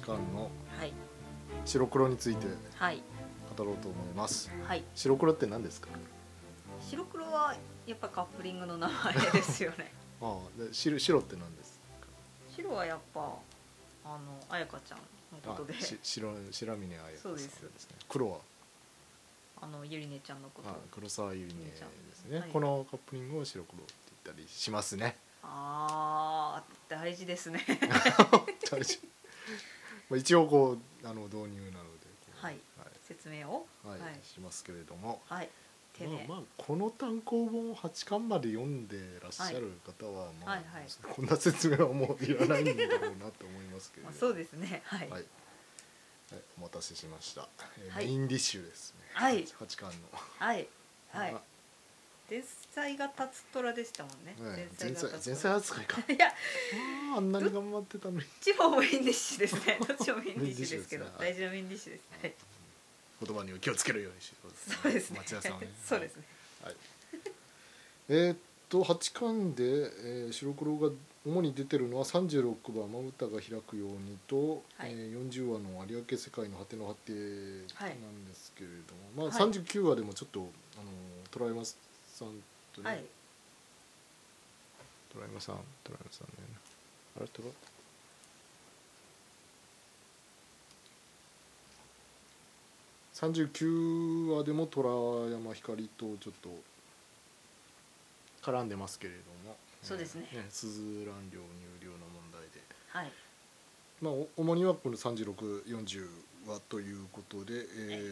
巻のはい白黒についてはい語ろうと思います。 はい。 白黒って何ですか？ 白黒はやっぱカップリングの名前ですよね。 ああ、で白って何です白はやっぱ彩香ちゃんのか？ ことで、 白峰彩香さんですね。 そうです。 黒はゆりねちゃんのこと。 黒沢ゆりねですね、 はい、 このカップリングを白黒って言ったりしますね。 あー大事ですね。 大事まあ一応こう導入なのではい、はい、説明を、 はい、しますけれども、 はい、 まあこの単行本8巻まで読んでらっしゃる方は、まあ、はいはい、こんな説明はもういらないんだろうなと思いますけれども、 そうですね、はい、 はい、お待たせしました、 はい、 メインディッシュですね、 はい、 8巻のはいはい、前菜がタツトラでしたもんね。 前菜扱いか。 いやあんなに頑張ってたのに。 どっちもメインディッシュですね。どっちもメインディッシュですけど、大事なメインディッシュです。はい。 言葉には気をつけるようにしよう。 そうですね。 町田さんはね。 そうですね。 はい。8巻で、白黒が主に出てるのは36話「まぶたが開くように」と、40話の「有明世界の果ての果て」なんですけれども、まあ39話でもちょっとトライマさんとね、トライマさんね、あれ39話でも虎山光とちょっと絡んでますけれども、 そうですね。 スズラン量入量の問題で、 はい。 まあ主にはこの36、40話ということで、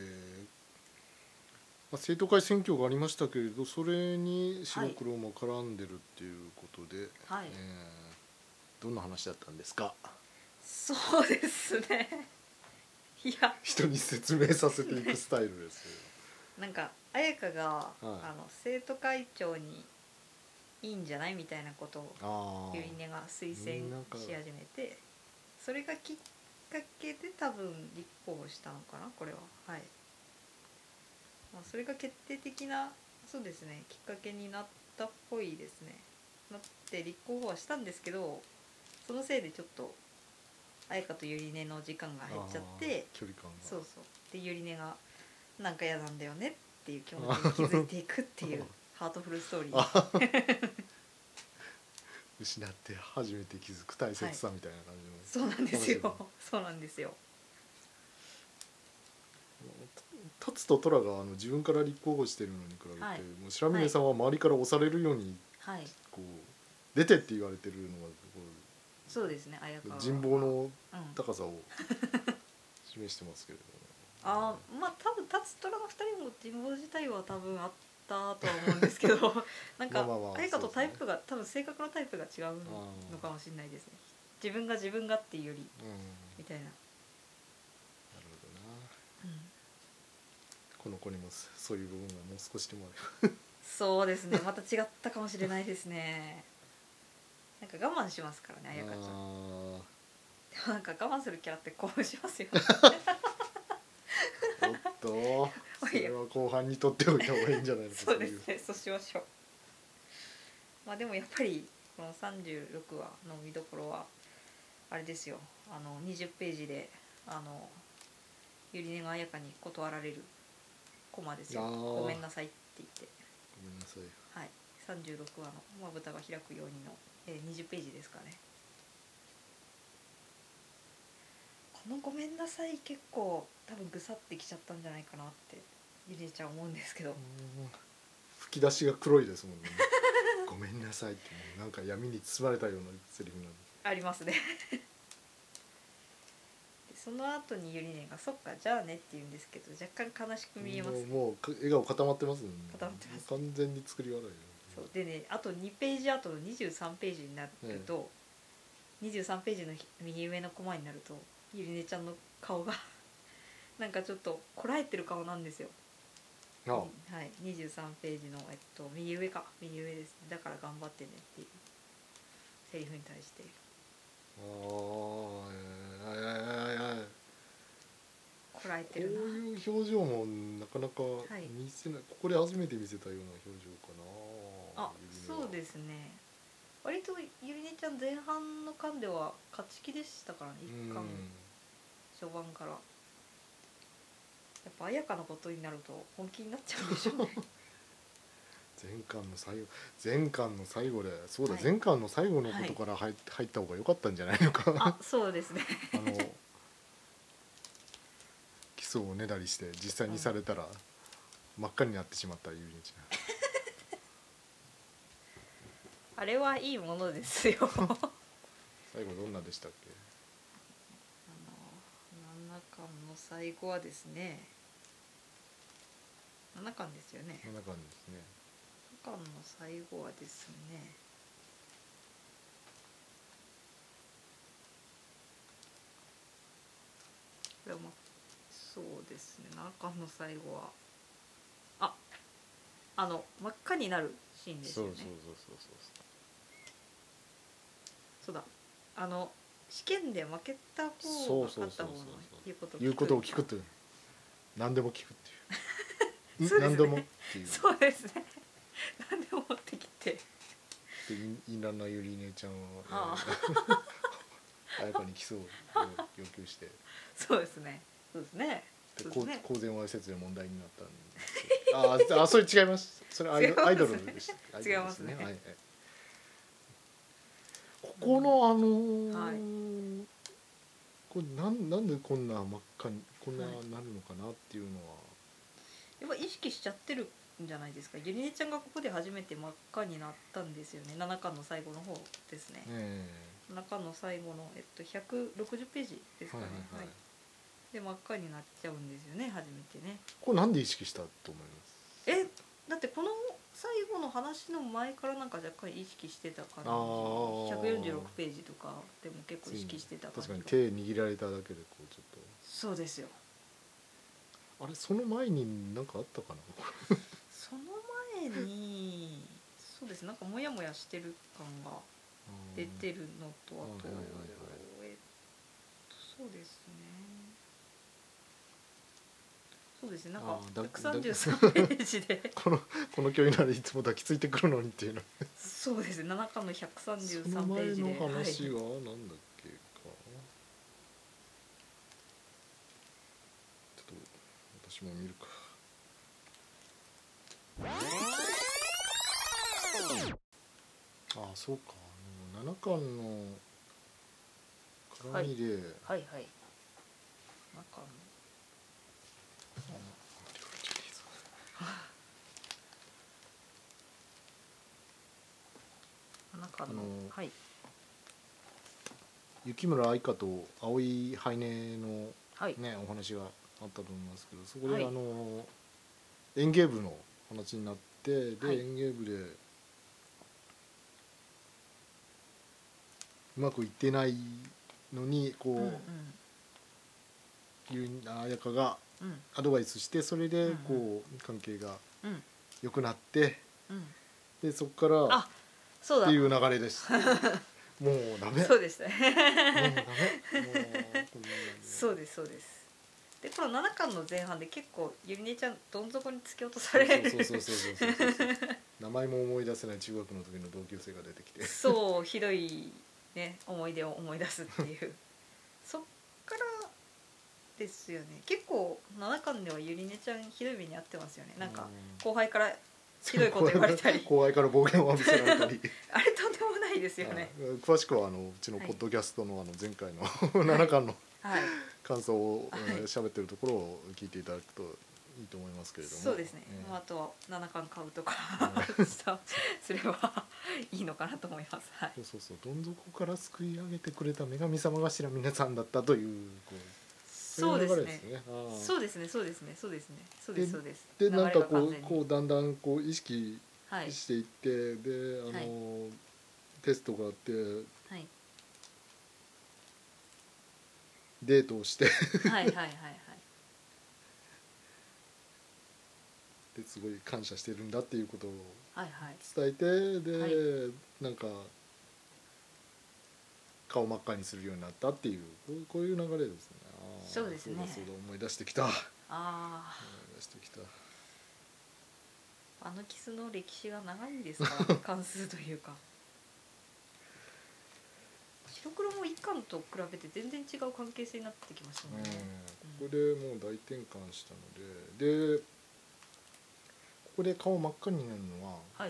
生徒会選挙がありましたけれど、それに白黒も絡んでるっていうことで、 はい、 どんな話だったんですか？ そうですね。いや、 人に説明させていくスタイルですよ。 なんか彩香が、生徒会長にいいんじゃないみたいなことをゆりねが推薦し始めて、それがきっかけで多分立候補したのかな、これは。はい。まあ、それが決定的な、そうですね、きっかけになったっぽいですね。なって立候補はしたんですけど、そのせいでちょっと彩香とゆりねの時間が減っちゃって、 距離感が、 そうそう、でゆりねがなんか嫌なんだよねっていう気持ちに気づいていくっていうハートフルストーリー。 失って初めて気づく大切さみたいな感じの、そうなんですよ。そうなんですよ。 タツとトラが自分から立候補してるのに比べて、もう白峰さんは周りから押されるように、こう出てって言われてるのがそうですね、彩香人望の高さを示してますけれども、 まあ多分タツトラの2人も人望自体は多分あったとは思うんですけどなんか彩香とタイプが、多分性格のタイプが違うのかもしれないですね。自分がっていうより、みたいな。なるほどな。この子にもそういう部分がもう少しでもある。 そうですね、また違ったかもしれないですね。なんか我慢しますからね、彩香ちゃん。でもなんか我慢するキャラって興奮しますよね。 おっと、それは後半にとっておいた方がいいんじゃないですか。 そうですね、そうしましょう。まあでもやっぱりこの36話の見どころはあれですよ、20ページでゆりねが彩香に断られるコマですよ。ごめんなさいって言って、 ごめんなさい。 はい、36話の「まぶたが開くようにの」20ページですかね。このごめんなさい結構多分ぐさってきちゃったんじゃないかなってゆりねちゃん思うんですけど、 吹き出しが黒いですもんね。ごめんなさいってなんか闇に包まれたようなセリフなんでありますね。でその後にゆりねが「そっかじゃあね」って言うんですけど、若干悲しく見えます。 もう笑顔固まってますね。 固まってます。 完全に作り笑い。 そうでね、あと2ページ後の23ページになると、23ページの右上のコマになるとゆりねちゃんの顔がなんかちょっとこらえてる顔なんですよ。はい、23ページの、右上ですね。だから頑張ってねっていうセリフに対して、こらえてるな。 こういう表情もなかなか見せない、ここで初めて見せたような表情かな。 そうですね。割とゆりねちゃん前半の巻では勝ち気でしたからね、1巻序盤から。やっぱ綾香のことになると本気になっちゃうんでしょうね。 前巻の最後でそうだ、 はい、 前巻の最後のことから入った方が良かったんじゃないのか。 あ、そうですね。 基礎をねだりして実際にされたら真っ赤になってしまったゆりちゃん。あれはいいものですよ。 最後どんなでしたっけ。 7巻の最後はですね、7巻ですよね。 7巻ですね。 7巻の最後はですね、これはそうですね、7巻の最後は真っ赤になるシーンですよね。そうだ、試験で負けた方が勝った方の言うことを聞くという、 何でも聞くっていうそうですね、 何でもっていう、 そうですね、何でも持ってきて、 でインランナゆり姉ちゃんは綾香にキスを要求してそうですね、そうですね、 公然わいせつで問題になったんですけど、それ違います。それアイドルです。 違いますね。 はい、ここのこれなんでこんな真っ赤にこんななるのかなっていうのは、 やっぱ意識しちゃってるんじゃないですか。ゆりねちゃんがここで初めて真っ赤になったんですよね。7巻の最後の方ですね。7巻の最後の160ページですかね。で真っ赤になっちゃうんですよね、初めてね。 これなんで意識したと思います？ だってこの最後の話の前からなんか若干意識してた感じ。146ページとかでも結構意識してた感じ。 確かに手握られただけでこうちょっと。 そうですよ。 あれその前に何かあったかな。 その前にそうです、なんかモヤモヤしてる感が出てるのと、あとそうですね。そうですね、なんか133ページでこの距離ならいつも抱きついてくるのにっていうの。 そうですね、7巻の133ページで。 その前の話はなんだっけか。ちょっと私も見るか。そうか、7巻の絡みで、 はいはい、中の雪村愛花と青井ハイネのね、お話があったと思いますけど、そこで園芸部の話になって、で園芸部でうまくいってないのにこう彩香がアドバイスして、それでこう関係が良くなって、でそこからっていう流れです。もうダメ。 そうでした。 もうダメ。 そうですそうです。でこの7巻の前半で結構ゆりねちゃんどん底に突き落とされる。そう名前も思い出せない中学の時の同級生が出てきて、 そうひどいね思い出を思い出すっていうそっからですよね。結構7巻ではゆりねちゃんひどい目に遭ってますよね。なんか後輩からひどいこと言われたり後輩から暴言を浴びせられたりあれとんでもないですよね。 詳しくはうちのポッドキャストの前回の7巻の感想を喋ってるところを聞いていただくといいと思いますけれども。 そうですね、あとは7巻買うとかすればいいのかなと思います。 そうどん底から救い上げてくれた女神様が白峰さんだったというそうですね。そうですねそうですねそうですねそうですそうです。 でなんかこうだんだんこう意識していって、でテストがあって、デートをしてですごい感謝してるんだっていうことを伝えて、でなんか顔真っ赤にするようになったっていうこういう流れですね。 そうですね。 そうだ思い出してきた。思い出してきた。キスの歴史が長いですからね関数というか。 白黒も一巻と比べて全然違う関係性になってきましたもんね、 ここでもう大転換したので、ここで顔真っ赤になるのは、 はい、 い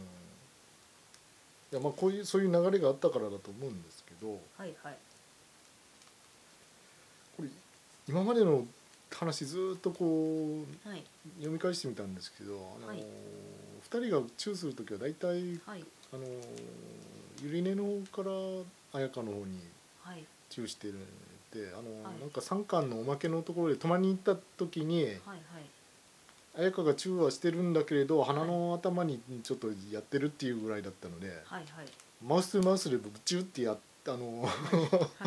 やまあそういう流れがあったからだと思うんですけど、 はいはい、 これ今までの話ずっとこう、 はい、 読み返してみたんですけど、 はい、 2人がチューする時は大体、 はい、 ゆりねの方から綾香の方にチューしてるんで、 はい、 なんか3巻のおまけのところで泊まりに行った時に、 はいはい、 綾香がチューはしてるんだけれど鼻の頭にちょっとやってるっていうぐらいだったので、 はいはい、 マウスとマウスでチューってやったはいはい、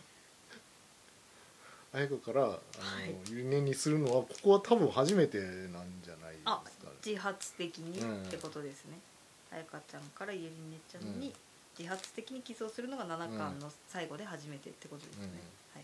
綾香からゆりねにするのはここは多分初めてなんじゃないですか、 自発的にってことですね、彩香ちゃんからゆりねちゃんに自発的にキスをするのが7巻の最後で初めてってことですね、はい、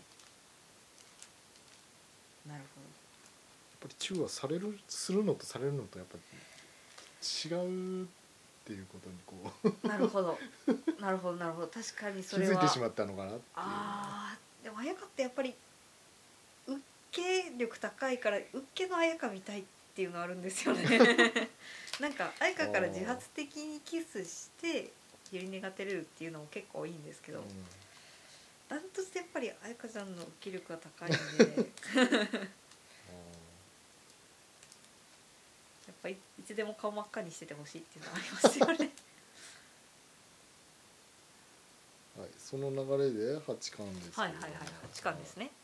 なるほど。 やっぱりチューはするのとされるのとやっぱり違うっていうことにこうなるほどなるほどなるほど、確かにそれは気づいてしまったのかなっていう。 でも彩香ってやっぱり受け力高いから受けの彩香見たいっていうのあるんですよねなんか彩香から自発的にキスしてゆりねが照れるっていうのも結構いいんですけど、ダントツでやっぱり彩香ちゃんの受け力が高いんでやっぱりいつでも顔真っ赤にしててほしいっていうのはありますよねはい、その流れで8巻ですけど、 はいはいはい、8巻ですね。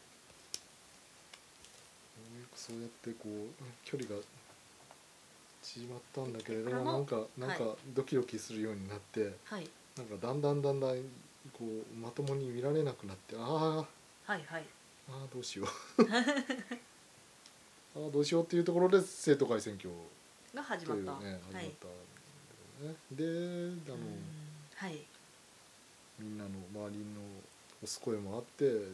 そうやってこう距離が縮まったんだけれども、なんかドキドキするようになって、 はい、 なんかだんだんこうまともに見られなくなって、 はいはい、 どうしようどうしようっていうところで生徒会選挙が始まった、 始まったんだよね。ではい、 みんなの周りの押す声もあってで、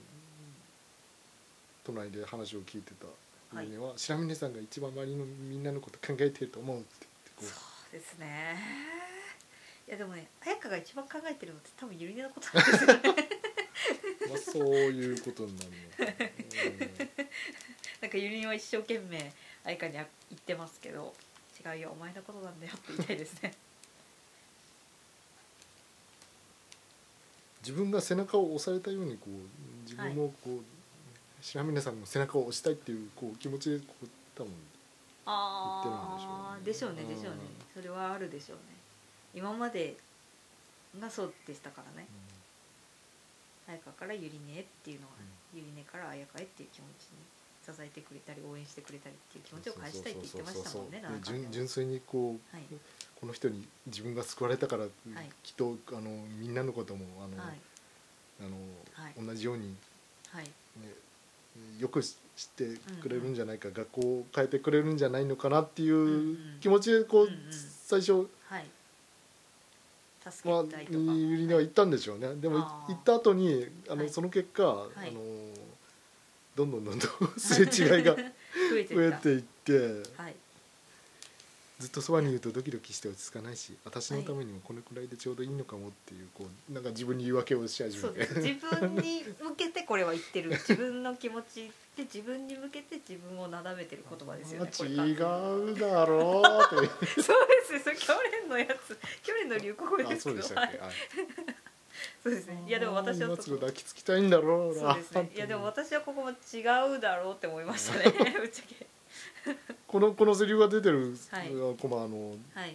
都内で話を聞いてたゆりねは、白峰さんが一番周りのみんなのこと考えてると思うって言ってそうですね。いやでもね、彩香が一番考えてるのって多分ゆりねのことなんですよねまあそういうことになるのかなんかゆりねは一生懸命彩香に言ってますけど、違うよお前のことなんだよって言いたいですね自分が背中を押されたようにこう自分もこう、白峰さんの背中を押したいっていうこう気持ちでこう多分言ってるんでしょうね。 でしょうね。それはあるでしょうね。今までがそうでしたからね。彩香からゆりねっていうのは、ゆりねから彩香へっていう気持ちに支えてくれたり応援してくれたりっていう気持ちを返したいって言ってましたもんね。 純粋にこう、この人に自分が救われたから、きっとみんなのことも同じように、よく知ってくれるんじゃないか、学校を変えてくれるんじゃないのかなっていう気持ちでこう、最初、ゆりねは言ったんでしょうね。でも言った後にその結果、どんどんすれ違いが増えていって、ずっとそばにいるとドキドキして落ち着かないし、私のためにもこのくらいでちょうどいいのかもっていう、こうなんか自分に言い訳をし始めて、 自分に向けてこれは言ってる、自分の気持ちで自分に向けて自分をなだめてる言葉ですよね。 違うだろうってそうです、去年のやつ、去年の流行語ですけど、そうですね。いやでも私は今すぐ抱きつきたいんだろうな。 そうですね。いやでも私はここも違うだろうって思いましたねぶっちゃけこのセリフが出てるコマね、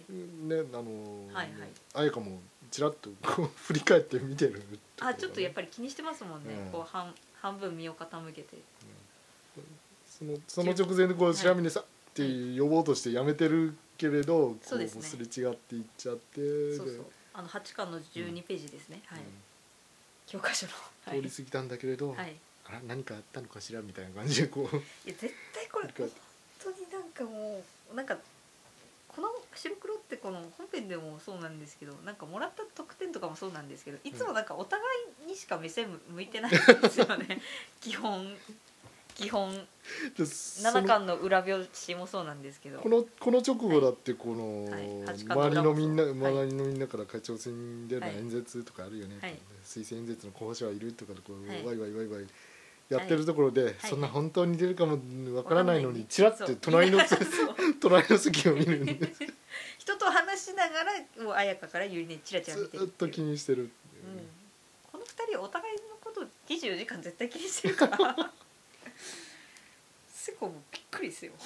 彩香もちらっとこう振り返って見てる、 ちょっとやっぱり気にしてますもんね、こう半分身を傾けて、 その直前でこう白峰さんって呼ぼうとしてやめてるけれど、こうすれ違っていっちゃって、 8巻の12ページですね、教科書の通り過ぎたんだけれど、何かあったのかしらみたいな感じでこう、 いや絶対これ本当になんかもうなんかこの白黒ってこの本編でもそうなんですけど、なんかもらった得点とかもそうなんですけど、いつもなんかお互いにしか目線向いてないんですよね基本基本7巻の裏表紙もそうなんですけど、 この直後だってこの、 はい、 周りのみんなから会長選での演説とかあるよね、はい、推薦演説の候補者はいるとかこう、はい、ワイワイワイワイやってるところで、はい、そんな本当に出るかもわからないのにチラッて隣の席を見るんです人と話しながらもう綾香からゆりねチラチラ見てるずっと気にしてる、 この2人お互いのこと24時間絶対気にしてるからセコもびっくりですよ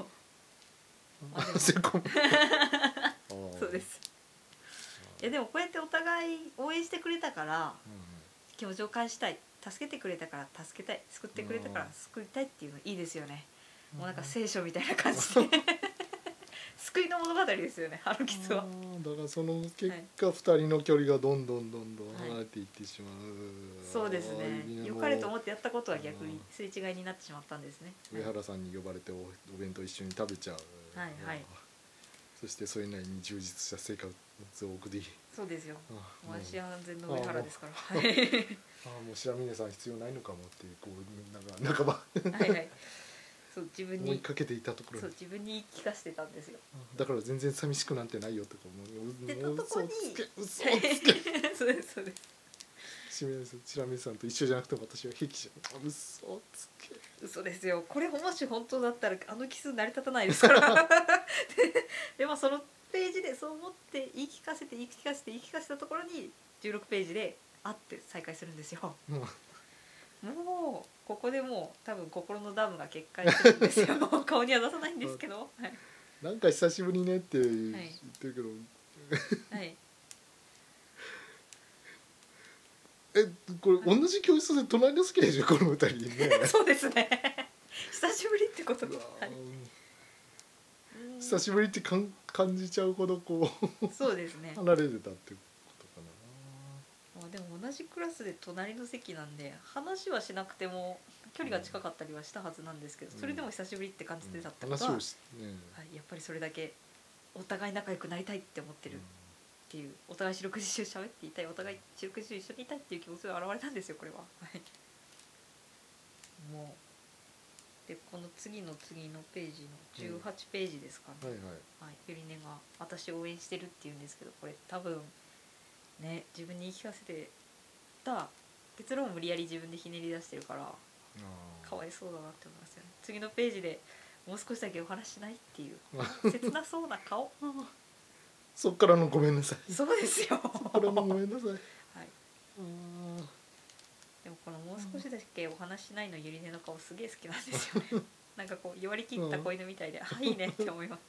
セコもそうです。いやでもこうやってお互い応援してくれたから、気持ちを返したい、助けてくれたから助けたい、救ってくれたから救いたいっていうのいいですよね。もうなんか聖書みたいな感じで救いの物語ですよね、ハロキスは。 だからその結果、2人の距離がどんどん離れていってしまう、 そうですね。良かれと思ってやったことは逆にすれ違いになってしまったんですね。 上原さんに呼ばれてお弁当一緒に食べちゃう、 はいはい、 そしてそれなりに充実した生活を送り、 そうですよ、私安全の上原ですから、 もう白峰さん必要ないのかもってこうなんかはいはい、そう自分に追いかけていたところに、 そう自分に言い聞かせてたんですよ。 だから全然寂しくなんてないよとかもう嘘をつけ嘘をつけそうですそうです。 白峰さんと一緒じゃなくても私は平気じゃん、嘘をつけ、 嘘ですよ。これもし本当だったらあのキス成り立たないですからでもそのページでそう思って言い聞かせたところに16ページで会って再会するんですよ、もうここでもう多分心のダムが決壊するんですよ顔には出さないんですけど、はい、 なんか久しぶりねって言ってるけど、 はいこれ同じ教室で隣の席でしょこの2人ねそうですね久しぶりってことで、 久しぶりって感じちゃうほどこうそうですね離れてたってことかな。でも同じクラスで隣の席なんで話はしなくても距離が近かったりはしたはずなんですけど、それでも久しぶりって感じてたってことは、はい、やっぱりそれだけお互い仲良くなりたいって思ってるっていう、お互い四六時中喋っていたい、お互い四六時中一緒にいたいっていう気持ちが現れたんですよこれは。もうでこの次のページの18ページですかね、ゆりねが私を応援してるっていうんですけど、これ多分ね自分に言い聞かせてた結論を無理やり自分でひねり出してるからかわいそうだなって思いますよね。次のページでもう少しだけお話しないっていう切なそうな顔そっからのごめんなさい。 そうですよそっからのごめんなさい。はい。 でもこのもう少しだけお話しないのゆりねの顔すげえ好きなんですよねなんかこう弱り切った子犬みたいで、あいいねって思います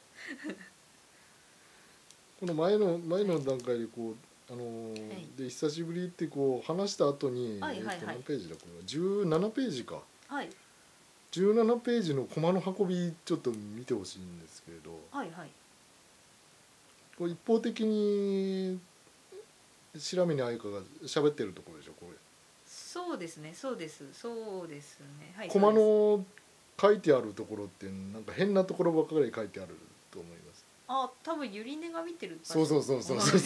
この前の段階でこうで久しぶりってこう話した後に何ページだこれ17ページか。はい。17ページのコマの運びちょっと見てほしいんですけれど。はいはい。これ一方的に白峰愛香が喋ってるところでしょこれ。 そうですねそうですね。 はい。コマの書いてあるところってなんか変なところばっかり書いてあると思います。 あ、多分ゆりねが見てる場所。そう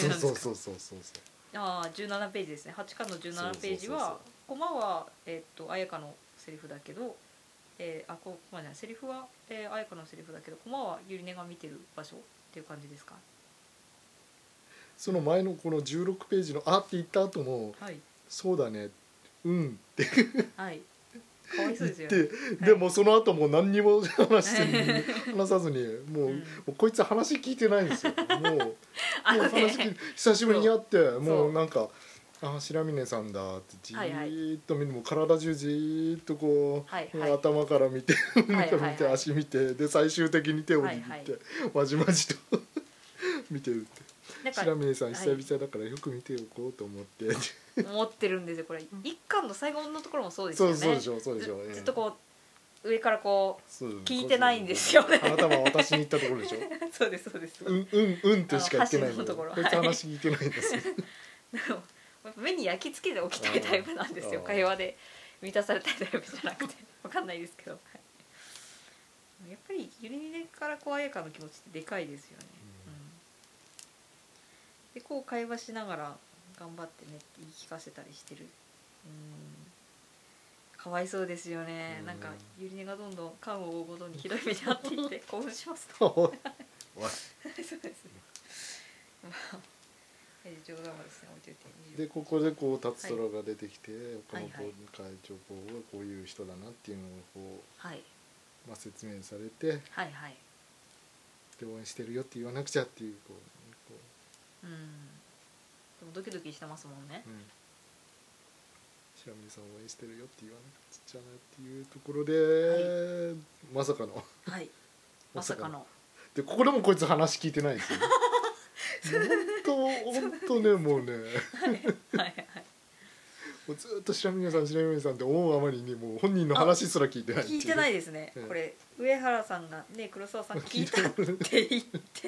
ああ17ページですね。8巻の17ページはコマは彩香のセリフだけど、コマじゃないセリフは彩香のセリフだけどコマはゆりねが見てる場所っていう感じですか。 その前のこの16ページのあって言った後も、はい、そうだねうんってはいかわいそうですよね。でもその後も何にも話さずにもうこいつ話聞いてないんですよ。もう話久しぶりに会ってもうなんかあ白峰さんだってじーっと見るも体中じーっとこう頭から見て足見てで最終的に手を握ってまじまじと見てるって。白峰さん久々だからよく見ておこうと思ってるんですよ。これ一巻の最後のところもそうですよね。 そうでしょずっとこう上からこう聞いてないんですよね。 あなたは私に言ったところでしょそうですそうです。 うんってしか言ってないの。こいつ話聞いてないんですよ目に焼き付けておきたいタイプなんですよ。会話で満たされたいタイプじゃなくて分かんないですけど、やっぱりゆりねからこう彩香の気持ちってでかいですよね。でこう会話しながら頑張ってねって言い聞かせたりしてる。可かわいそうですよね。なんかゆりねがどんどん缶を追うごとにひどい目に遭っていって興奮しますそうですね。まあ冗談はですね置いといでて。 ここでこう達虎が出てきて、このはいはい会長はこういう人だなっていうのをこう、 はい説明されて、 はいはい。 で応援してるよって言わなくちゃっていうこうん。でもドキドキしてますもんね。 白峰さん応援してるよって言わなくちゃなっていうところで、まさかのまさかのでここでもこいつ話聞いてないですよね本当ねもうねはいもうずっと白峰さんって思うあまりにもう本人の話すら聞いてない聞いてないですね、これ上原さんがね黒沢さん聞いたって言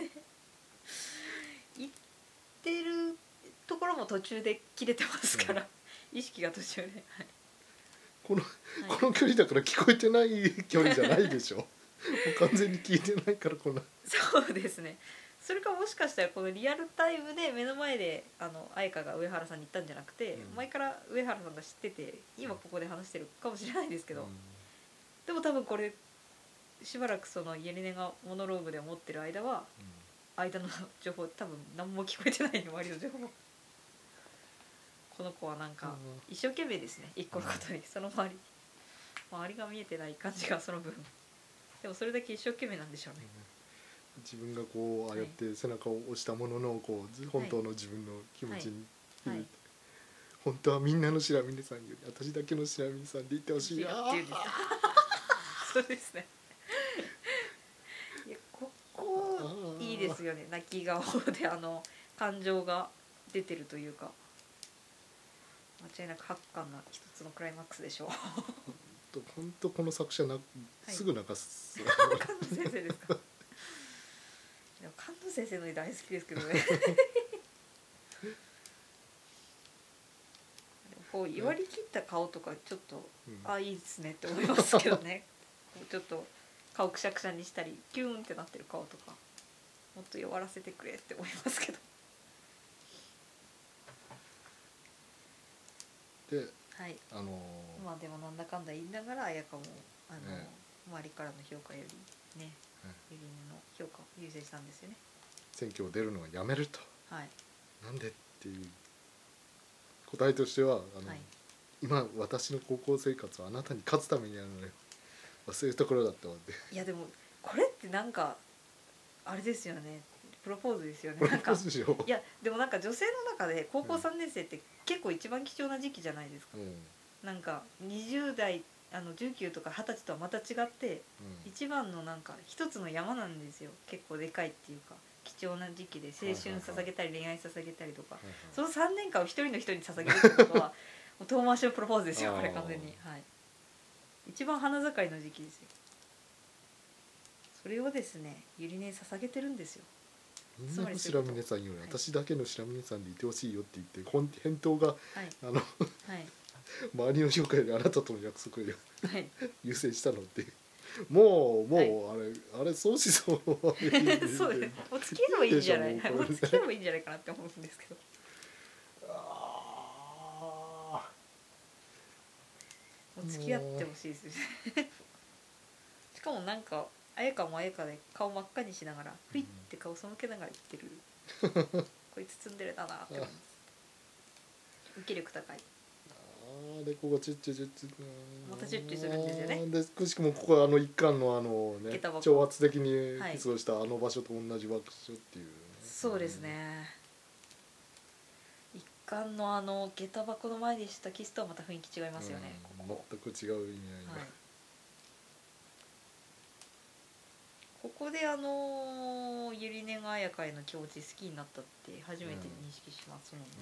ってるところも途中で切れてますから、意識が途中で、 この距離だから聞こえてない距離じゃないでしょもう完全に聞いてないからこんなそうですね。それかもしかしたらこのリアルタイムで目の前で彩香が上原さんに言ったんじゃなくて、前から上原さんが知ってて今ここで話してるかもしれないですけど、でも多分これしばらくそのゆりねがモノローグで思ってる間は、間の情報多分何も聞こえてないの、周りの情報。この子はなんか一生懸命ですね、一個のことに、その周りが見えてない感じがその分、でもそれだけ一生懸命なんでしょうね。 自分がこうああやって背中を押したもののこう本当の自分の気持ちに、本当はみんなの白峰さんより私だけの白峰さんでいてほしいあそうですね。いやここいいですよね、泣き顔で感情が出てるというか、間違いなく8巻の一つのクライマックスでしょう。 本当この作者すぐ泣かす。 菅野先生ですか。でも菅野先生の絵大好きですけどね。こう言われきった顔とかちょっと、いいですねって思いますけどね。ちょっと顔くしゃくしゃにしたりキューンってなってる顔とかもっと弱らせてくれって思いますけど。 で、 まあでもなんだかんだ言いながら彩香も周りからの評価よりね、ゆりねの評価を優先したんですよね。 選挙を出るのはやめると、 はい、 なんでっていう答えとしては今私の高校生活はあなたに勝つためにやるのよ、そういうところだったので。 いやでもこれってなんかあれですよね、プロポーズですよね。 なんかいやでもなんか女性の中で高校3年生って結構一番貴重な時期じゃないですか、なんか20代19とか20歳とはまた違って、一番のなんか一つの山なんですよ。結構でかいっていうか貴重な時期で青春捧げたり恋愛捧げたりとか、その3年間を一人の人に捧げるってことはもう遠回しのプロポーズですよこれ完全に。一番花盛りの時期ですよ。それをですねゆりね捧げてるんですよ。 みんなの白峰さんより私だけの白峰さんでいてほしいよって言って返答が、周りの評価よりあなたとの約束より優先したのってもうあれ相思相愛そうです。もう付き合えばいいんじゃない、もう付き合えばいいんじゃないかなって思うんですけど。もう付き合ってほしいですね。しかもなんか彩香も彩香で顔真っ赤にしながらふいって顔背けながら言ってるこいつツンデレだなって思います。受け力高い。 でここチュッチュチュッチュまたチュッチュするんですよね。 でくしくもここ一巻のね挑発的にキスをした場所と同じ場所っていう、 そうですね。一巻の下駄箱の前でしたキスとはまた雰囲気違いますよね。 全く違う意味合いが、 ここでゆりねが彩香への気持ち好きになったって初めて認識しますもんね。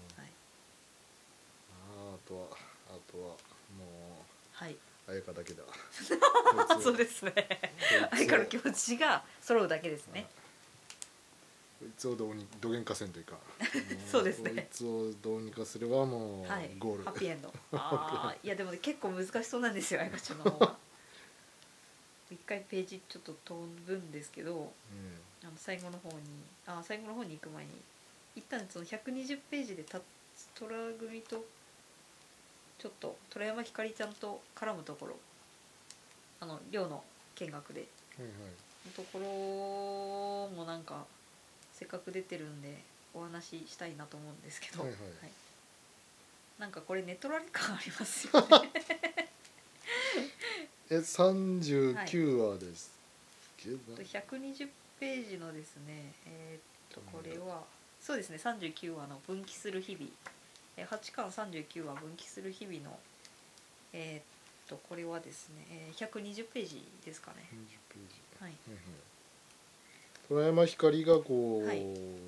あとはもう彩香だけだ。 そうですね。彩香の気持ちが揃うだけですね。 こいつをどげんかせんというかそうですね。 こいつをどうにかすればもうゴール、 ハッピーエンド。いやでも結構難しそうなんですよ彩香ちゃんの方が。一回ページちょっと飛ぶんですけど、最後の方に行く前に一旦その120ページで虎組とちょっと虎山ひかりちゃんと絡むところ、寮の見学で、のところもなんかせっかく出てるんでお話ししたいなと思うんですけど、なんかこれネトラレ感ありますよね 39話ですけど、 120ページのですね、これはそうですね、39話の分岐する日々、8巻39話分岐する日々のこれはですね、120ページですかね。 20ページ、 はい、 虎山ひかりがこう、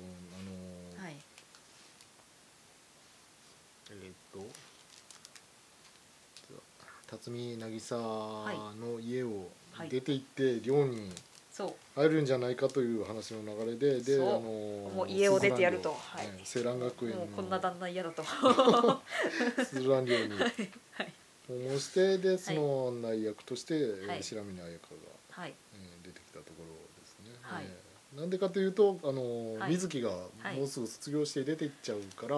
辰巳渚の家を出て行って寮に入るんじゃないかという話の流れで、でもう家を出てやると、 青蘭学園のもうこんな旦那嫌だとスズラン寮に訪問して、でその案内役として白峰彩香が出てきたところですね。なんでかというと水木がもうすぐ卒業して出ていっちゃうから、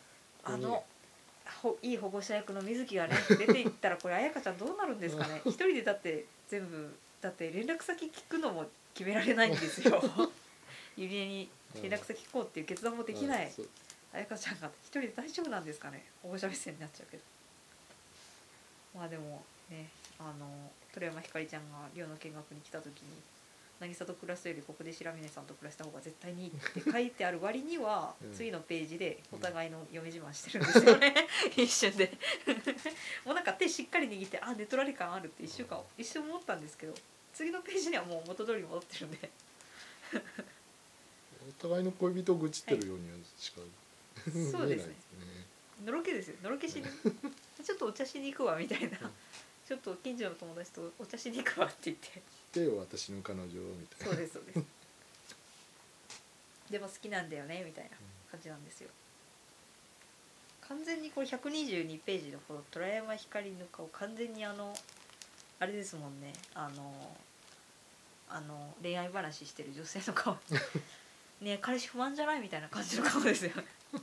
いい保護者役の水木がね出ていったらこれ彩香ちゃんどうなるんですかね一人でだって全部だって連絡先聞くのも決められないんですよゆりえに連絡先聞こうっていう決断もできない彩香ちゃんが一人で大丈夫なんですかね、保護者目線になっちゃうけど。まあでもね、鳥山ひかりちゃんが寮の見学に来た時に渚と暮らすよりここで白峰さんと暮らした方が絶対にいいって書いてある割には次のページでお互いの嫁自慢してるんですよね一瞬でもうなんか手しっかり握って、あ、ネトラレ感あるって一瞬思ったんですけど、次のページにはもう元通りに戻ってるんでお互いの恋人を愚痴ってるようにしか見えないですね。 のろけですよ、のろけしにちょっとお茶しに行くわみたいなちょっと近所の友達とお茶しに行くわって言ってで私の彼女みたいな。 そうですそうですでも好きなんだよねみたいな感じなんですよ。完全にこれ122ページのこの虎山ひかりの顔、完全にあれですもんね、恋愛話してる女性の顔ねえ彼氏不満じゃないみたいな感じの顔ですよねだ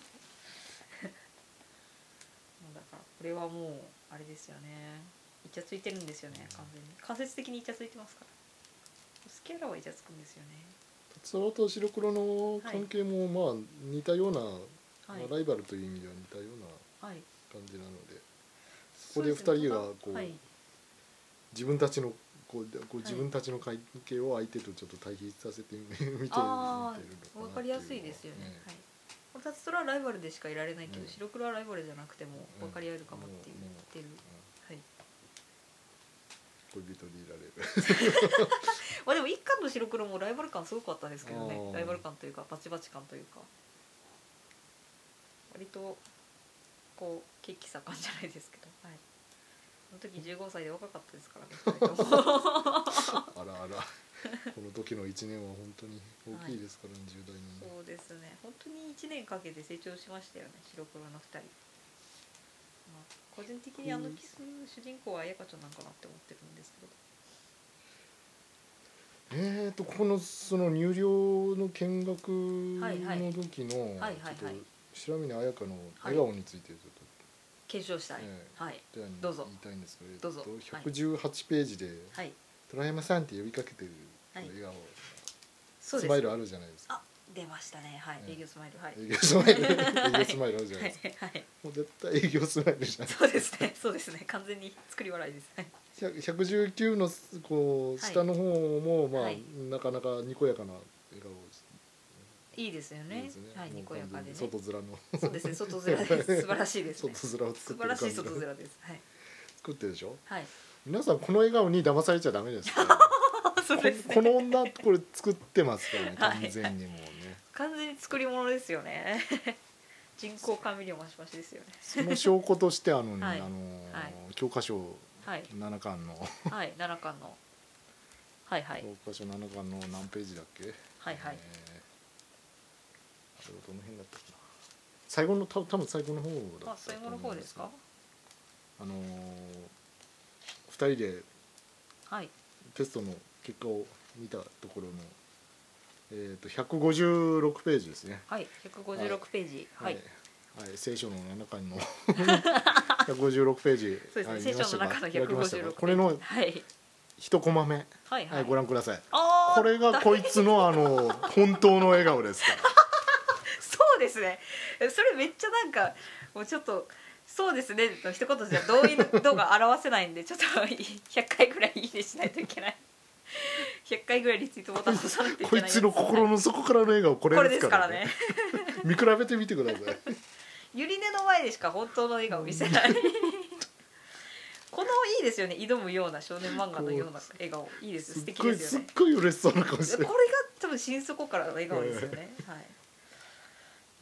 からこれはもうあれですよね、イチャついてるんですよね、完全に間接的にイチャついてますから。スキャラはイチャつくんですよね。 達郎と白黒の関係もまあ似たような、ライバルという意味では似たような感じなので、ここで2人がこう、自分たちの自分たちの関係を相手とちょっと対比させてみてるのかなっていう。 分かりやすいですよね。達郎はライバルでしかいられないけど、白黒はライバルじゃなくても分かり合えるかもっていう言ってる。 恋人でいられるまあでも一巻の白黒もライバル感すごかったですけどね。ライバル感というかバチバチ感というか、割とこう血気盛んじゃないですけど、その時15歳で若かったですからねあらあらこの時の1年は本当に大きいですからね、10代に。 そうですね、本当に1年かけて成長しましたよね、白黒の2人。個人的にキス主人公は彩香ちゃんなんかなって思ってるんですけど、ここのその入寮の見学の時の白峰彩香の笑顔についてちょっと検証したい、どうぞ言いたいんですけどうぞ。 118ページで虎山さんって呼びかけてる笑顔、スマイルあるじゃないですか。 出ましたね、営業スマイル、 営業スマイルあるじゃないですか。もう絶対営業スマイルじゃない。 そうですね、完全に作り笑いです。 119のこう下の方もまあなかなかにこやかな笑顔です。 いいですよね。にこやかでね。 外面の。 そうですね、外面です。素晴らしいです。 外面を作ってる。 素晴らしい外面です。 作ってるでしょ。 はい。 皆さんこの笑顔に騙されちゃダメですから。この女これ作ってますからね、完全にもうね。 完全に作り物ですよね。人工甘味料マシマシですよね。 その証拠として教科書7巻の 7巻の教科書7巻の何ページだっけ。あれはどの辺だったかな。最後の多分最後の方だったと思うんです。 最後の方ですか。 2人でテストの結果を見たところの156ページですね。 156ページ。 はい、聖書の7巻の156ページ、 そうですね、聖書の中の156ページ、 これの1コマ目、はいはい、ご覧ください。これがこいつの本当の笑顔ですからそうですね、それめっちゃなんかもうちょっとそうですねの一言じゃ同意度が表せないんで、ちょっと100回ぐらいいいねしないといけない。100回ぐらいリツイートボタン押さないといけない。 こいつの心の底からの笑顔これですからね。見比べてみてください。 ゆり根の前でしか本当の笑顔見せないこのいいですよね、挑むような少年漫画のような笑顔、いいです、素敵ですよね。 すっごい嬉しそうな顔してる。 これが多分心底からの笑顔ですよね、はい、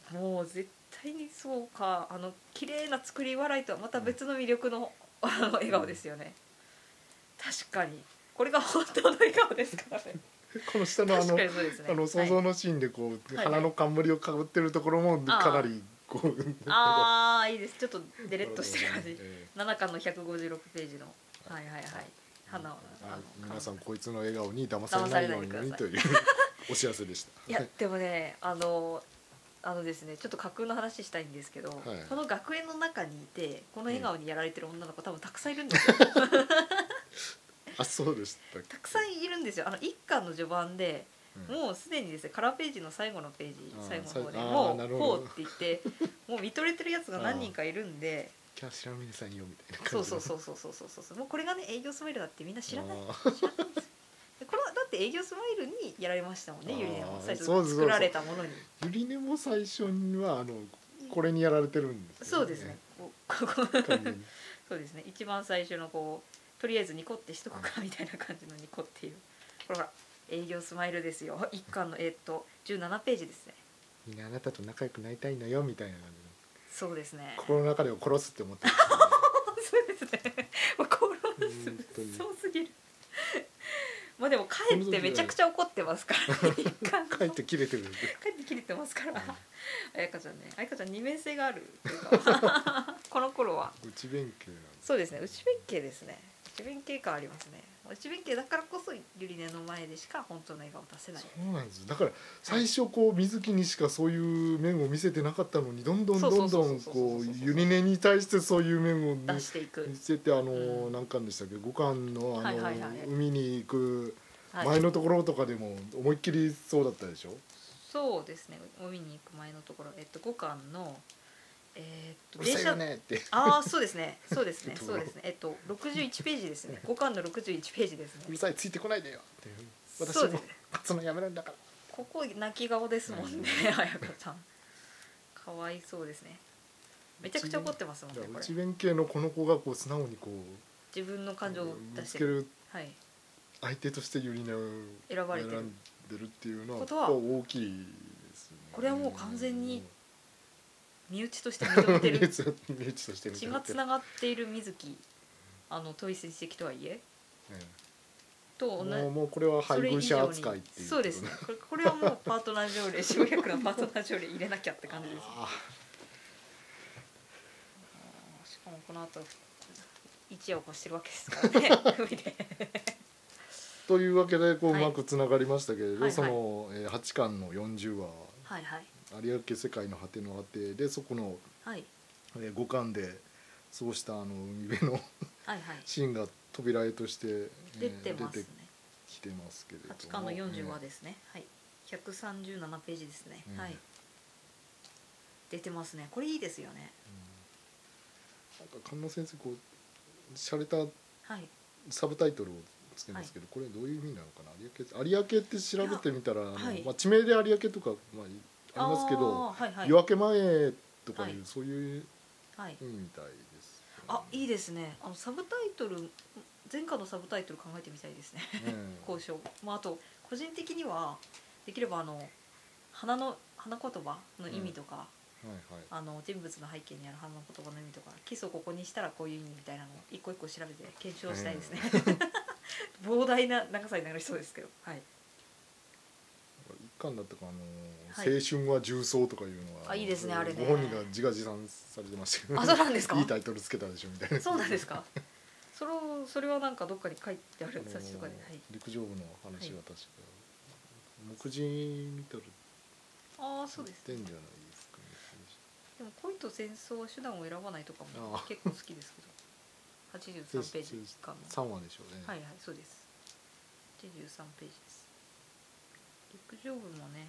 もう絶対にそうか、綺麗な作り笑いとはまた別の魅力の笑顔ですよね。確かにこれが本当の笑顔ですからね。 この下の想像のシーンでこう、鼻の冠をかぶってるところもかなりこういいです、ちょっとデレッとしてる感じ、7巻の156ページの、はいはいはい、花を皆さんこいつの笑顔に騙されないようにというお知らせでした。 いやでもね、ですね、ちょっと架空の話したいんですけど、この学園の中にいてこの笑顔にやられてる女の子多分たくさんいるんですよあ、そうでしたっけ。 たくさんいるんですよ。1巻の序盤で、もうすでにですね、カラーページの最後のページ、最後の方でもうこうって言ってもう見とれてるやつが何人かいるんで、 キャシラミネさんよみたいな感じ。そうもうこれがね営業スマイルだってみんな知らないんですよ。これはだって営業スマイルにやられましたもんね、ゆりねも最初作られたものに。 ゆりねも最初にはこれにやられてるんです、 そうですね。そうですね、一番最初のこうとりあえずニコってしとこうかみたいな感じのニコっていう、これほら営業スマイルですよ。1巻の17ページですね。 みんなあなたと仲良くなりたいのよみたいな感じの。 そうですね、 心の中では殺すって思ってるそうですね殺すそうすぎるまあでも帰ってめちゃくちゃ怒ってますから帰って切れてる帰って切れてますから、彩香ちゃんね、彩香ちゃん二面性があるというかこの頃は内弁慶なんです。 そうですね、内弁慶ですね。内弁慶感ありますね。内弁慶だからこそゆりねの前でしか本当の笑顔出せない。 そうなんです。だから最初こう水木にしかそういう面を見せてなかったのに、どんどんこうゆりねに対してそういう面を出していく。 見せて何巻でしたっけ、5巻の海に行く前のところとかでも思いっきりそうだったでしょ。 そうですね、海に行く前のところ、5巻の電車ねって、 そうですねそうですね61ページですね。5巻の61ページですね。 うるさい、ついてこないでよっていう、私も勝つのやめるんだから。 ここ泣き顔ですもんね、彩香ちゃんかわいそうですね。めちゃくちゃ怒ってますもんね。 内弁慶のこの子がこう素直にこう自分の感情を出してる、相手としてゆりねを選ばれてるんでるっていうのは大きいですね。 これはもう完全に身内として認めてる身内として血がつながっている水木遠い親戚とはいえ、ともうこれは配偶者扱いっていう。 そうですね、これはもうパートナー条例条約のパートナー条例入れなきゃって感じです。しかもこの後一夜を越してるわけですからね海でというわけでこううまくつながりましたけれど、その8巻の40話、有明世界の果ての果てで、そこの5巻でそうした海辺のシーンが扉絵として出てきてますけれども、 8巻の40話ですね、137ページですね、出てますね。これいいですよね。 なんか菅野先生こう洒落たサブタイトルをつけますけど、これどういう意味なのかな。有明って調べてみたら地名で有明とかありますけど、夜明け前とかいうそういう意味みたいです。 いいですね。サブタイトル、前回のサブタイトル考えてみたいですね。交渉、あと個人的にはできれば花言葉の意味とか、人物の背景にある花言葉の意味とか、基礎ここにしたらこういう意味みたいなのを一個一個調べて検証したいですね。膨大な長さになりそうですけど、 一巻だったか青春は重曹とかいうのは、 いいですね。あれね、 ご本人が自画自賛されてましたけど、 そうなんですか。 いいタイトルつけたでしょみたいな。 そうなんですか。それはなんかどっかに書いてある冊子とかで、 陸上部の話は確か目次見たらそうですね。 出んじゃないですかね。 でも恋と戦争は手段を選ばないとかも結構好きですけど83ページかも 3話でしょうね。 はいはいそうです。83ページです。陸上部もね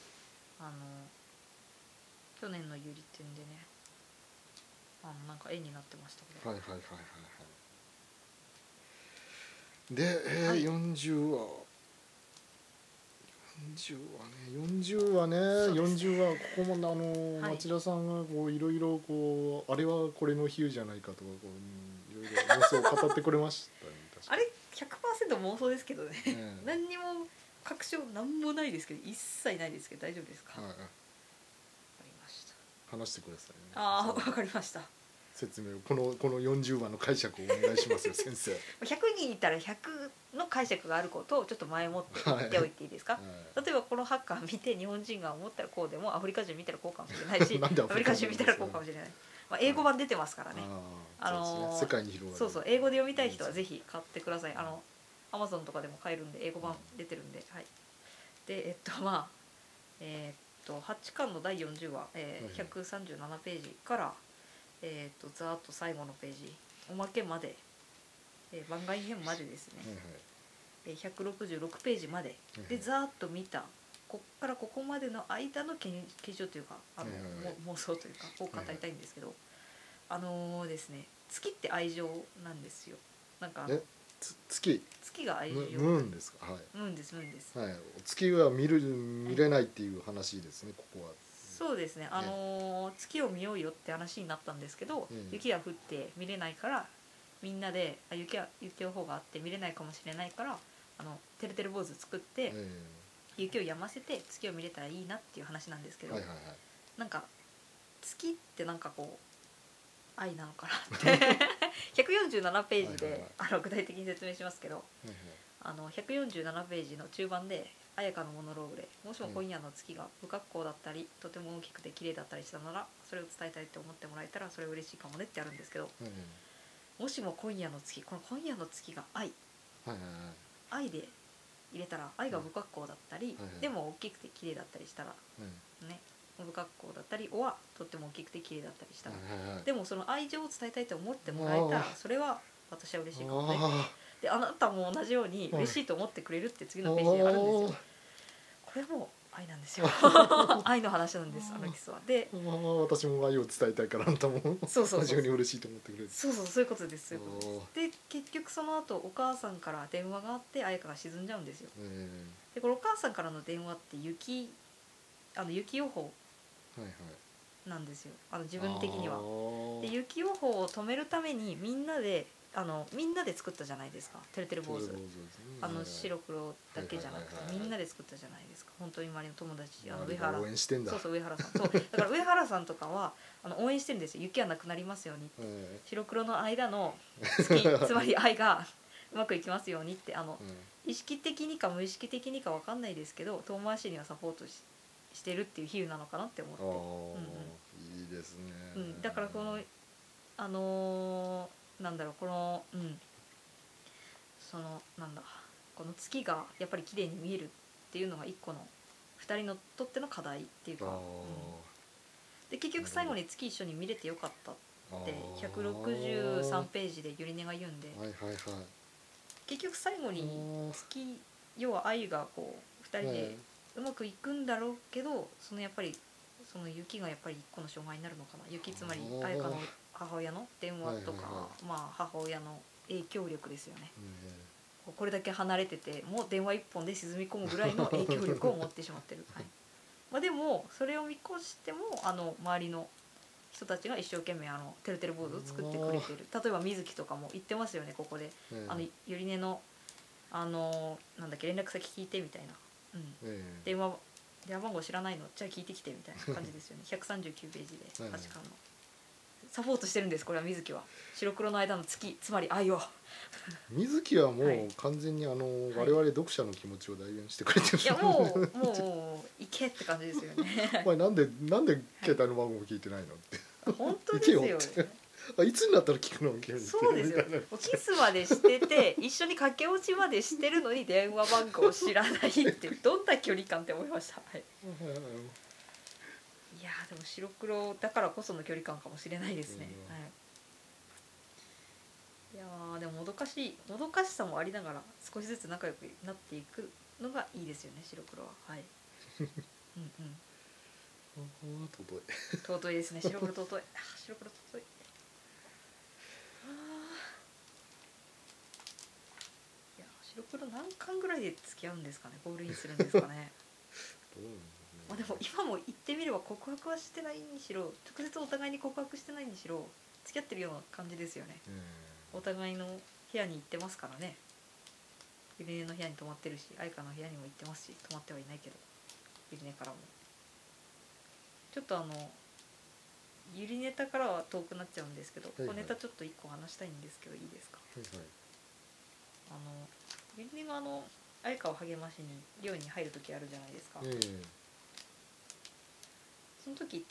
去年のゆり展でねなんか絵になってましたけどはいはいはいはいはい。で、40話40話ね40話ここも町田さんがこういろいろこうあれはこれの比喩じゃないかとかこういろいろ妄想を語ってくれましたね確かあれ 100% 妄想ですけどね、何にも確証何もないですけど一切ないですけど大丈夫ですか。わかりました。 話してくださいね。 ああわかりました。 説明をこの40話の解釈をお願いしますよ先生。 100人いたら100の解釈があることをちょっと前もって言っておいていいですか、例えばこのハッカー見て日本人が思ったらこうでもアフリカ人見たらこうかもしれないしアフリカ人見たらこうかもしれない、英語版出てますからね。 世界に広がる。 そうそう英語で読みたい人はぜひ買ってください。Amazon とかでも買えるんで英語版出てるんで、はい。で8巻の第40話、137ページからざーっと最後のページおまけまで、番外編までですね、166ページまででざーっと見たこっからここまでの間の記述というか妄想というかを語りたいんですけど、ですね月って愛情なんですよ。なんか月が愛情。 ムーンですか。はい。 ムーンです。 はい。月は見れないっていう話ですねここは。 そうですね、月を見ようよって話になったんですけど、雪が降って見れないからみんなで雪予報があって見れないかもしれないからてるてる坊主作って、雪を止ませて月を見れたらいいなっていう話なんですけど、なんか月ってなんかこう愛なのかなって147ページで具体的に説明しますけど、147ページの中盤で彩香のモノローグでもしも今夜の月が不格好だったりとても大きくて綺麗だったりしたならそれを伝えたいって思ってもらえたらそれは嬉しいかもねってあるんですけど、もしも今夜の月この今夜の月が愛で入れたら愛が不格好だったり、でも大きくて綺麗だったりしたら、ね不格好だったりはとっても大きくて綺麗だったりしたら、でもその愛情を伝えたいと思ってもらえたらそれは私は嬉しいかもね。であなたも同じように嬉しいと思ってくれるって次のページにあるんですよ。これも愛なんですよ愛の話なんですキスは。で私も愛を伝えたいからあなたも同じように嬉しいと思ってくれる。 そういうことです。で結局その後お母さんから電話があって彩香が沈んじゃうんですよ。でこれお母さんからの電話って雪予報なんですよ自分的には。で雪予報を止めるためにみんなで作ったじゃないですかてるてる坊主。白黒だけじゃなくてみんなで作ったじゃないですか。本当に周りの友達上原応援してんだ。 そう上原さんそうだから上原さんとかは応援してるんですよ。雪はなくなりますように白黒の間の月つまり愛がうまくいきますようにって意識的にか無意識的にか分かんないですけど遠回しにはサポートしてるっていう比喩なのかなって思って、いいですね、 だからこのなんだろうこのこの月がやっぱり綺麗に見えるっていうのが一個の2人のとっての課題っていうか、で結局最後に月一緒に見れてよかったって163ページでゆりねが言うんで、結局最後に月要は愛がこう2人でうまくいくんだろうけどやっぱりその雪がやっぱり一個の障害になるのかな。雪つまり彩香の母親の電話とか、母親の影響力ですよね。これだけ離れてても電話一本で沈み込むぐらいの影響力を持ってしまってる、でもそれを見越しても周りの人たちが一生懸命てるてる坊主を作ってくれてる。例えば水木とかも言ってますよねここで、ゆりねのなんだっけ連絡先聞いてみたいな、電話番号知らないのじゃあ聞いてきてみたいな感じですよね139ページで8巻のサポートしてるんです。これは水木は白黒の間の月つまり愛を水木はもう完全に我々読者の気持ちを代弁してくれてる。 いやもう行けって感じですよねお前なんで携帯の番号聞いてないのって本当ですよねいつになったら聞くのそうですよキスまでしてて一緒に駆け落ちまでしてるのに電話番号を知らないってどんな距離感って思いました、いやでも白黒だからこその距離感かもしれないですね、はい、いやでももどかしさもありながら少しずつ仲良くなっていくのがいいですよね、白黒は。はいうんうん尊いですね、白黒尊い白黒尊い。いや白黒何巻ぐらいで付き合うんですかね、ゴールインするんですかねまあでも今も言ってみれば告白はしてないにしろ、直接お互いに告白してないにしろ付き合ってるような感じですよね。お互いの部屋に行ってますからね。ゆりねの部屋に泊まってるし、愛花の部屋にも行ってますし、泊まってはいないけどゆりねからも。ちょっとゆりネタからは遠くなっちゃうんですけど、はいはい、小ネタちょっと1個話したいんですけどいいですか。はいはい、ゆりねが愛花を励ましに寮に入る時あるじゃないですか、その時って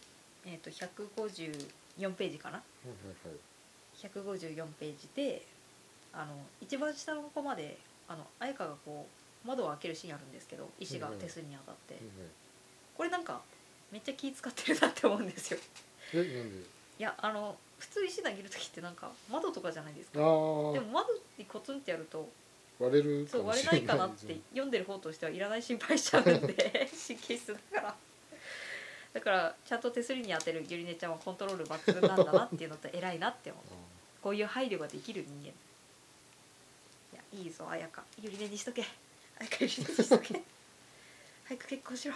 、154ページかな、はいはいはい、154ページで一番下の子まで愛花がこう窓を開けるシーンあるんですけど、石が手すりに当たって、はいはい、これなんかめっちゃ気使ってるなって思うんですよ。 なんで？ いや普通石投げる時ってなんか窓とかじゃないですか。でも窓にコツンってやると割れるかもしれない。 割れないかなって読んでる方としてはいらない心配しちゃうんで神経質だからちゃんと手すりに当てるゆりねちゃんはコントロール抜群なんだなっていうのと偉いなって思うこういう配慮ができる人間。いやいいぞ彩香、ゆりねにしとけ、彩香ゆりねにしとけ早く結婚しろい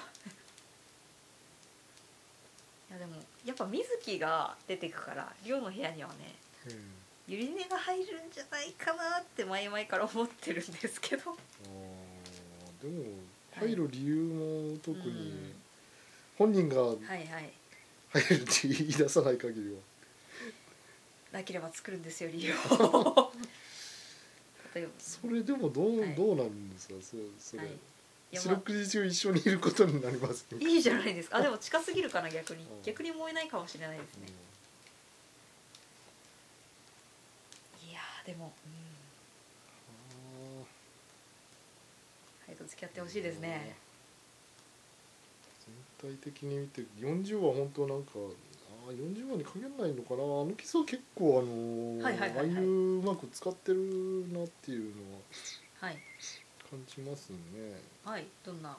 やでもやっぱ水木が出てくから寮の部屋にはね、ゆりねが入るんじゃないかなって前々から思ってるんですけど。 でも入る理由も特に本人が入るって言い出さない限りはなければ作るんですよ理由をそれでもどうなんですか、それ、四六時中一緒にいることになりますね。 いいじゃないですか。でも近すぎるかな、逆に燃えないかもしれないですね。いやでもはいと付き合ってほしいですね。 全体的に見て40話本当なんか40話に限らないのかな、基礎結構ああいううまく使ってるなっていうのは感じますね。 はい、どんな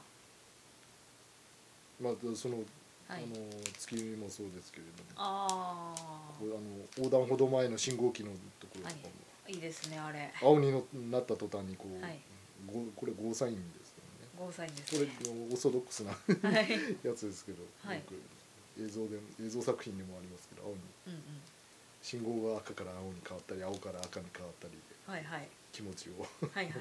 まあその月もそうですけれども、横断歩道前の信号機のところとかも、 いいですね。あれ青になった途端にこう、これゴーサインですよね。 ゴーサインですね。 これオーソドックスなやつですけど、よく映像作品にもありますけど、青に信号が赤から青に変わったり青から赤に変わったりで気持ちを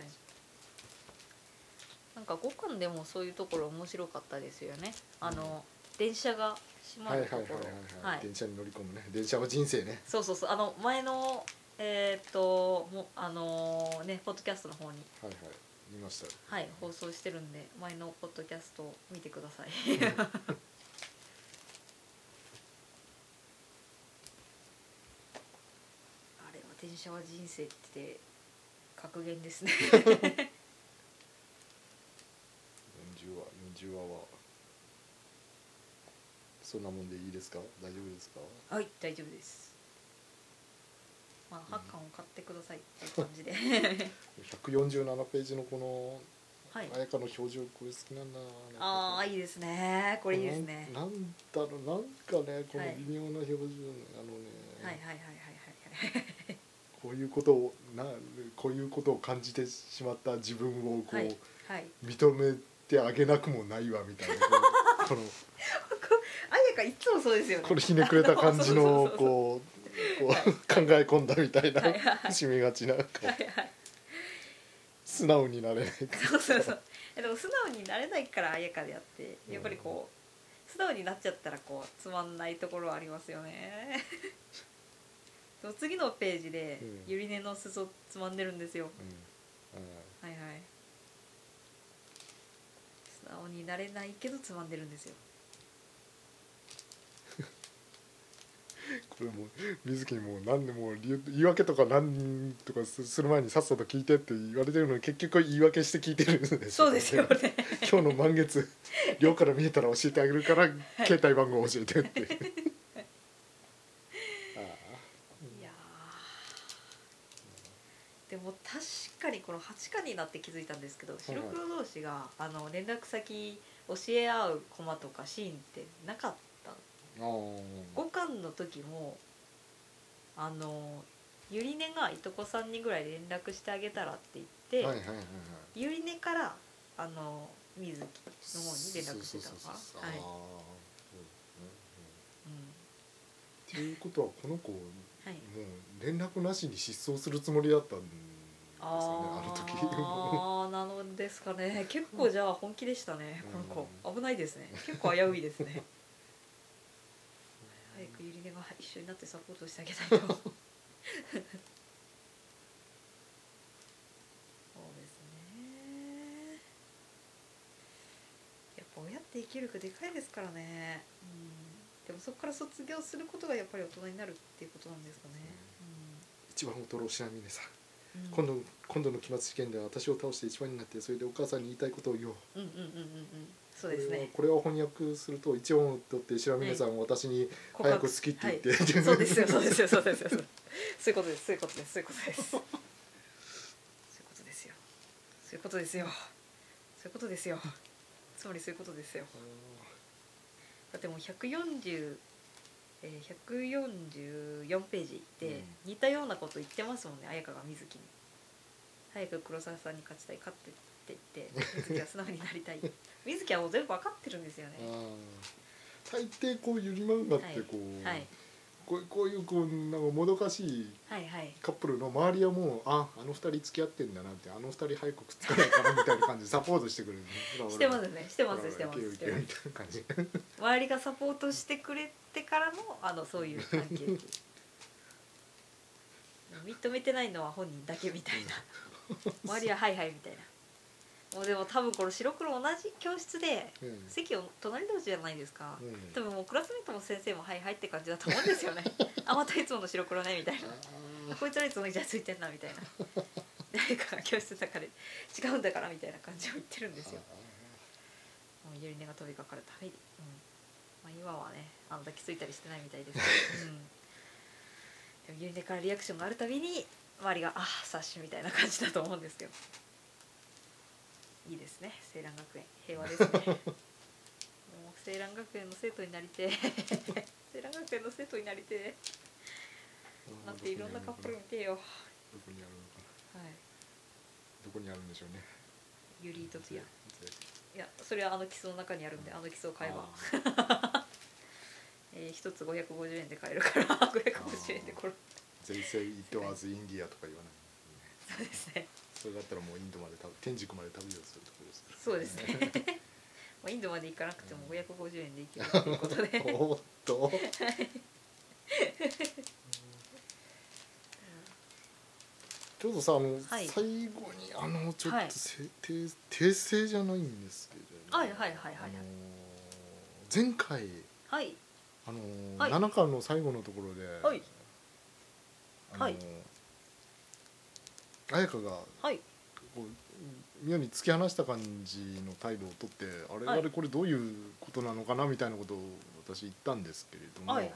なんか5巻でもそういうところ面白かったですよね。電車が閉まるところ、 電車に乗り込むね、電車は人生ね。 そう前のねポッドキャストの方に見ました。 放送してるんで、前のポッドキャストを見てくださいあれは電車は人生って格言ですね 40話はそんなもんでいいですか？大丈夫ですか？ はい、大丈夫です。まあ8巻を買ってくださいっていう感じで 147ページのこの彩香の表情、これ好きなんだな。いいですね、これいいですね。 なんだろう、なんかね、この微妙な表情、こういうことを感じてしまった自分をこう、認めてあげなくもないわみたいなこの彩香いつもそうですよね。 これひねくれた感じのこう考え込んだみたいな締めがちな素直になれない。 でも素直になれないから彩香であって、やっぱりこう素直になっちゃったらこうつまんないところはありますよね次のページでゆりねの裾つまんでるんですよ。素直になれないけどつまんでるんですよれも水木にもう何でも言い訳とか何とかする前にさっさと聞いてって言われてるのに結局言い訳して聞いてるんですよね。 そうですよね。 今日の満月寮から見えたら教えてあげるから携帯番号教えてっていやでも確かにこの8巻になって気づいたんですけど、白黒同士が連絡先教え合うコマとかシーンってなかった。5巻の時もゆりねがいとこ3人ぐらい連絡してあげたらって言って、ゆりねから水木の方に連絡してたのかな。 っていうことはこの子、もう連絡なしに失踪するつもりだったんですよね、あの時。 ああ、なのですかね。結構じゃあ本気でしたね、この子。危ないですね。結構危ういですね。早くゆりねが一緒になってサポートしてあげたいと。そうですね。やっぱ親って生きる力でかいですからね。でもそこから卒業することがやっぱり大人になるっていうことなんですかね。 一番驚しな峰さん、今度の期末試験では私を倒して一番になって、それでお母さんに言いたいことを言おう。 そうですね。 これは翻訳すると、一音を取って白峰さんは私に早く好きって言って、 そうですよそうですよそうですよ、そういうことです、そういうことです、そういうことです、そういうことですよ、そういうことですよ、そういうことですよ、つまりそういうことですよ。だってもう144ページって似たようなこと言ってますもんね、彩香が水木に。早く黒沢さんに勝ちたい、勝ってって言って水木は素直になりたい。水木はもう全部分かってるんですよね。 大抵こうゆり漫画ってこういうなんかもどかしいカップルの周りはもうあの二人付き合ってんだなって、あの二人早くくっつかないかなみたいな感じでサポートしてくれる。 してますね、してますしてます。周りがサポートしてくれてからのそういう関係。認めてないのは本人だけみたいな。周りははいはいみたいな。もうでも多分この白黒同じ教室で席を隣同士じゃないですか。多分もうクラスメートの先生もはいはいって感じだと思うんですよね。あ、またいつもの白黒ねみたいな。こいつらいつもイチャついてんなみたいな。誰かが教室の中で違うんだからみたいな感じを言ってるんですよ。もうゆりねが飛びかかるたびに、まあ、今はね抱きついたりしてないみたいですけど、でもゆりねからリアクションがあるたびに周りがあ察しみたいな感じだと思うんですけど、いいですね、青蘭学園平和ですね。もう青蘭学園の生徒になりて青蘭学園の生徒になりてなっていろんなカップル見てよ。 どこにあるのかな、どこにあるんでしょうね。 ゆりとつや、いやそれは基礎の中にあるんで、基礎を買えば一つ550円で買えるから550円でこれ They say it was India とか言わない。 そうですね。 それだったらもうインドまで天竺まで旅をするところです。 そうですね。インドまで行かなくても550円で行けるということで。 おっと。ちょっとさ最後にちょっと、訂正じゃないんですけど、前回、7巻の最後のところで、彩香がこう妙に突き放した感じの態度をとって、あれこれどういうことなのかなみたいなことを私言ったんですけれども、8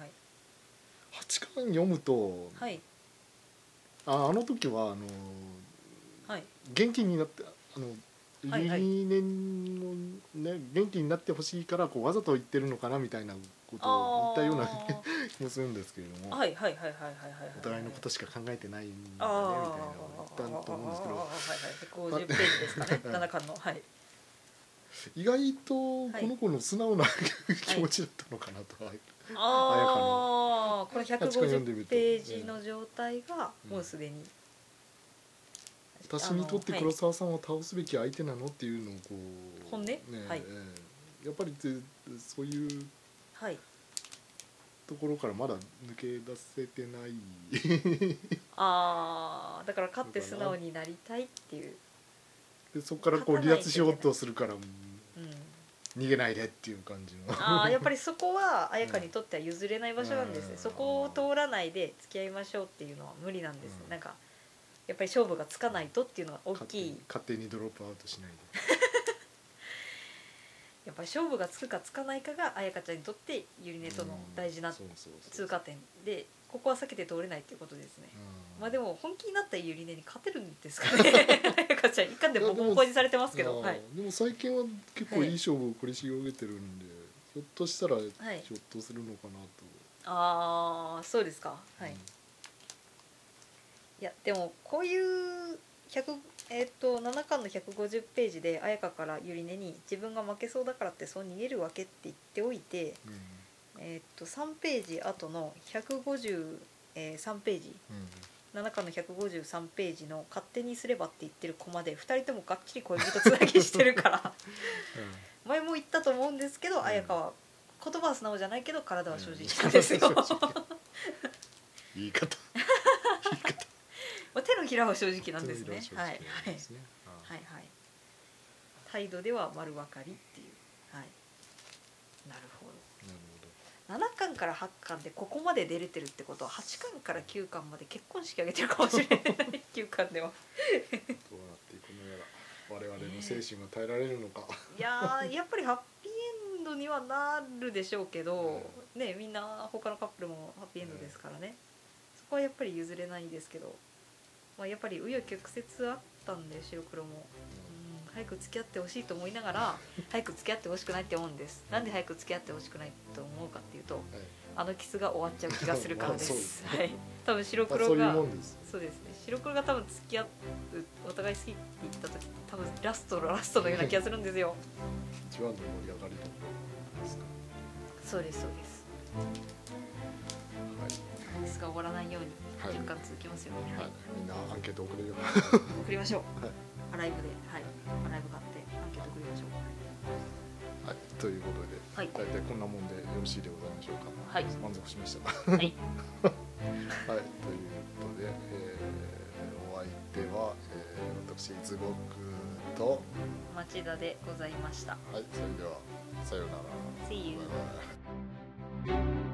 巻読むと、あの時は元気になってゆりねのね元気になってほしいからわざと言ってるのかなみたいなことを言ったような気もするんですけれども、お互いのことしか考えてないんだねみたいなのを言ったと思うんですけど、 50ページですかね、7巻の。 意外とこの子の素直な気持ちだったのかなと。 この150ページの状態がもうすでに、 私にとって黒沢さんを倒すべき相手なのっていうのを本音、 やっぱりそういうところからまだ抜け出せてないだから勝って素直になりたいっていう。 でそこから離脱しようとするから、 逃げないでっていう感じのやっぱりそこは彩香にとっては譲れない場所なんですね、そこを通らないで付き合いましょうっていうのは無理なんです、なんかやっぱり勝負がつかないとっていうのが大きい。 勝手にドロップアウトしないでやっぱり勝負がつくかつかないかが彩香ちゃんにとってゆりねとの大事な通過点で、ここは避けて通れないっていうことですね。まあでも本気になったゆりねに勝てるんですかね彩香ちゃん一貫でボコボコにされてますけど、 でも最近は結構いい勝負を繰り広げてるんで、ひょっとしたらひょっとするのかなと。 ああそうですか。はい、いやでもこういう7巻の150ページで彩香からゆりねに自分が負けそうだからってそう逃げるわけって言っておいて、3ページ後の153ページ、7巻の153ページの勝手にすればって言ってるコマで2人ともがっちり恋人つなぎしてるから前も言ったと思うんですけど、彩香は言葉は素直じゃないけど体は正直なんですよ言い方手のひらは正直なんですね。はいはいはいはい。態度では丸分かりっていう。はい。なるほど。7巻から8巻でここまで出れてるってことは8巻から9巻まで結婚式あげてるかもしれない9巻では。どうなっていくのやら、我々の精神が耐えられるのか。 いややっぱりハッピーエンドにはなるでしょうけど、ねみんな他のカップルもハッピーエンドですからね。そこはやっぱり譲れないですけど。まあ、やっぱり紆余曲折あったんで白黒も、早く付き合ってほしいと思いながら早く付き合ってほしくないって思うんです。なんで早く付き合ってほしくないと思うかっていうと、あのキスが終わっちゃう気がするからです。はい、多分白黒がそうですね、白黒が多分付き合うお互い好きって言った時多分ラストのような気がするんですよ。 一番の盛り上がりとですか。 そうですそうです。はい。キスが終わらないように10巻続きますよね。はい。 みんなアンケート送れるよ。 送りましょう。アライブで、はい、アライブ買ってアンケート送りましょう。 はい、ということで、大体こんなもんでよろしいでございましょうか。 はい。 満足しましたか。はい。はい、ということで、お相手は、私ズゴクと町田でございました。 はい、それではさようなら。 See you. Bye bye.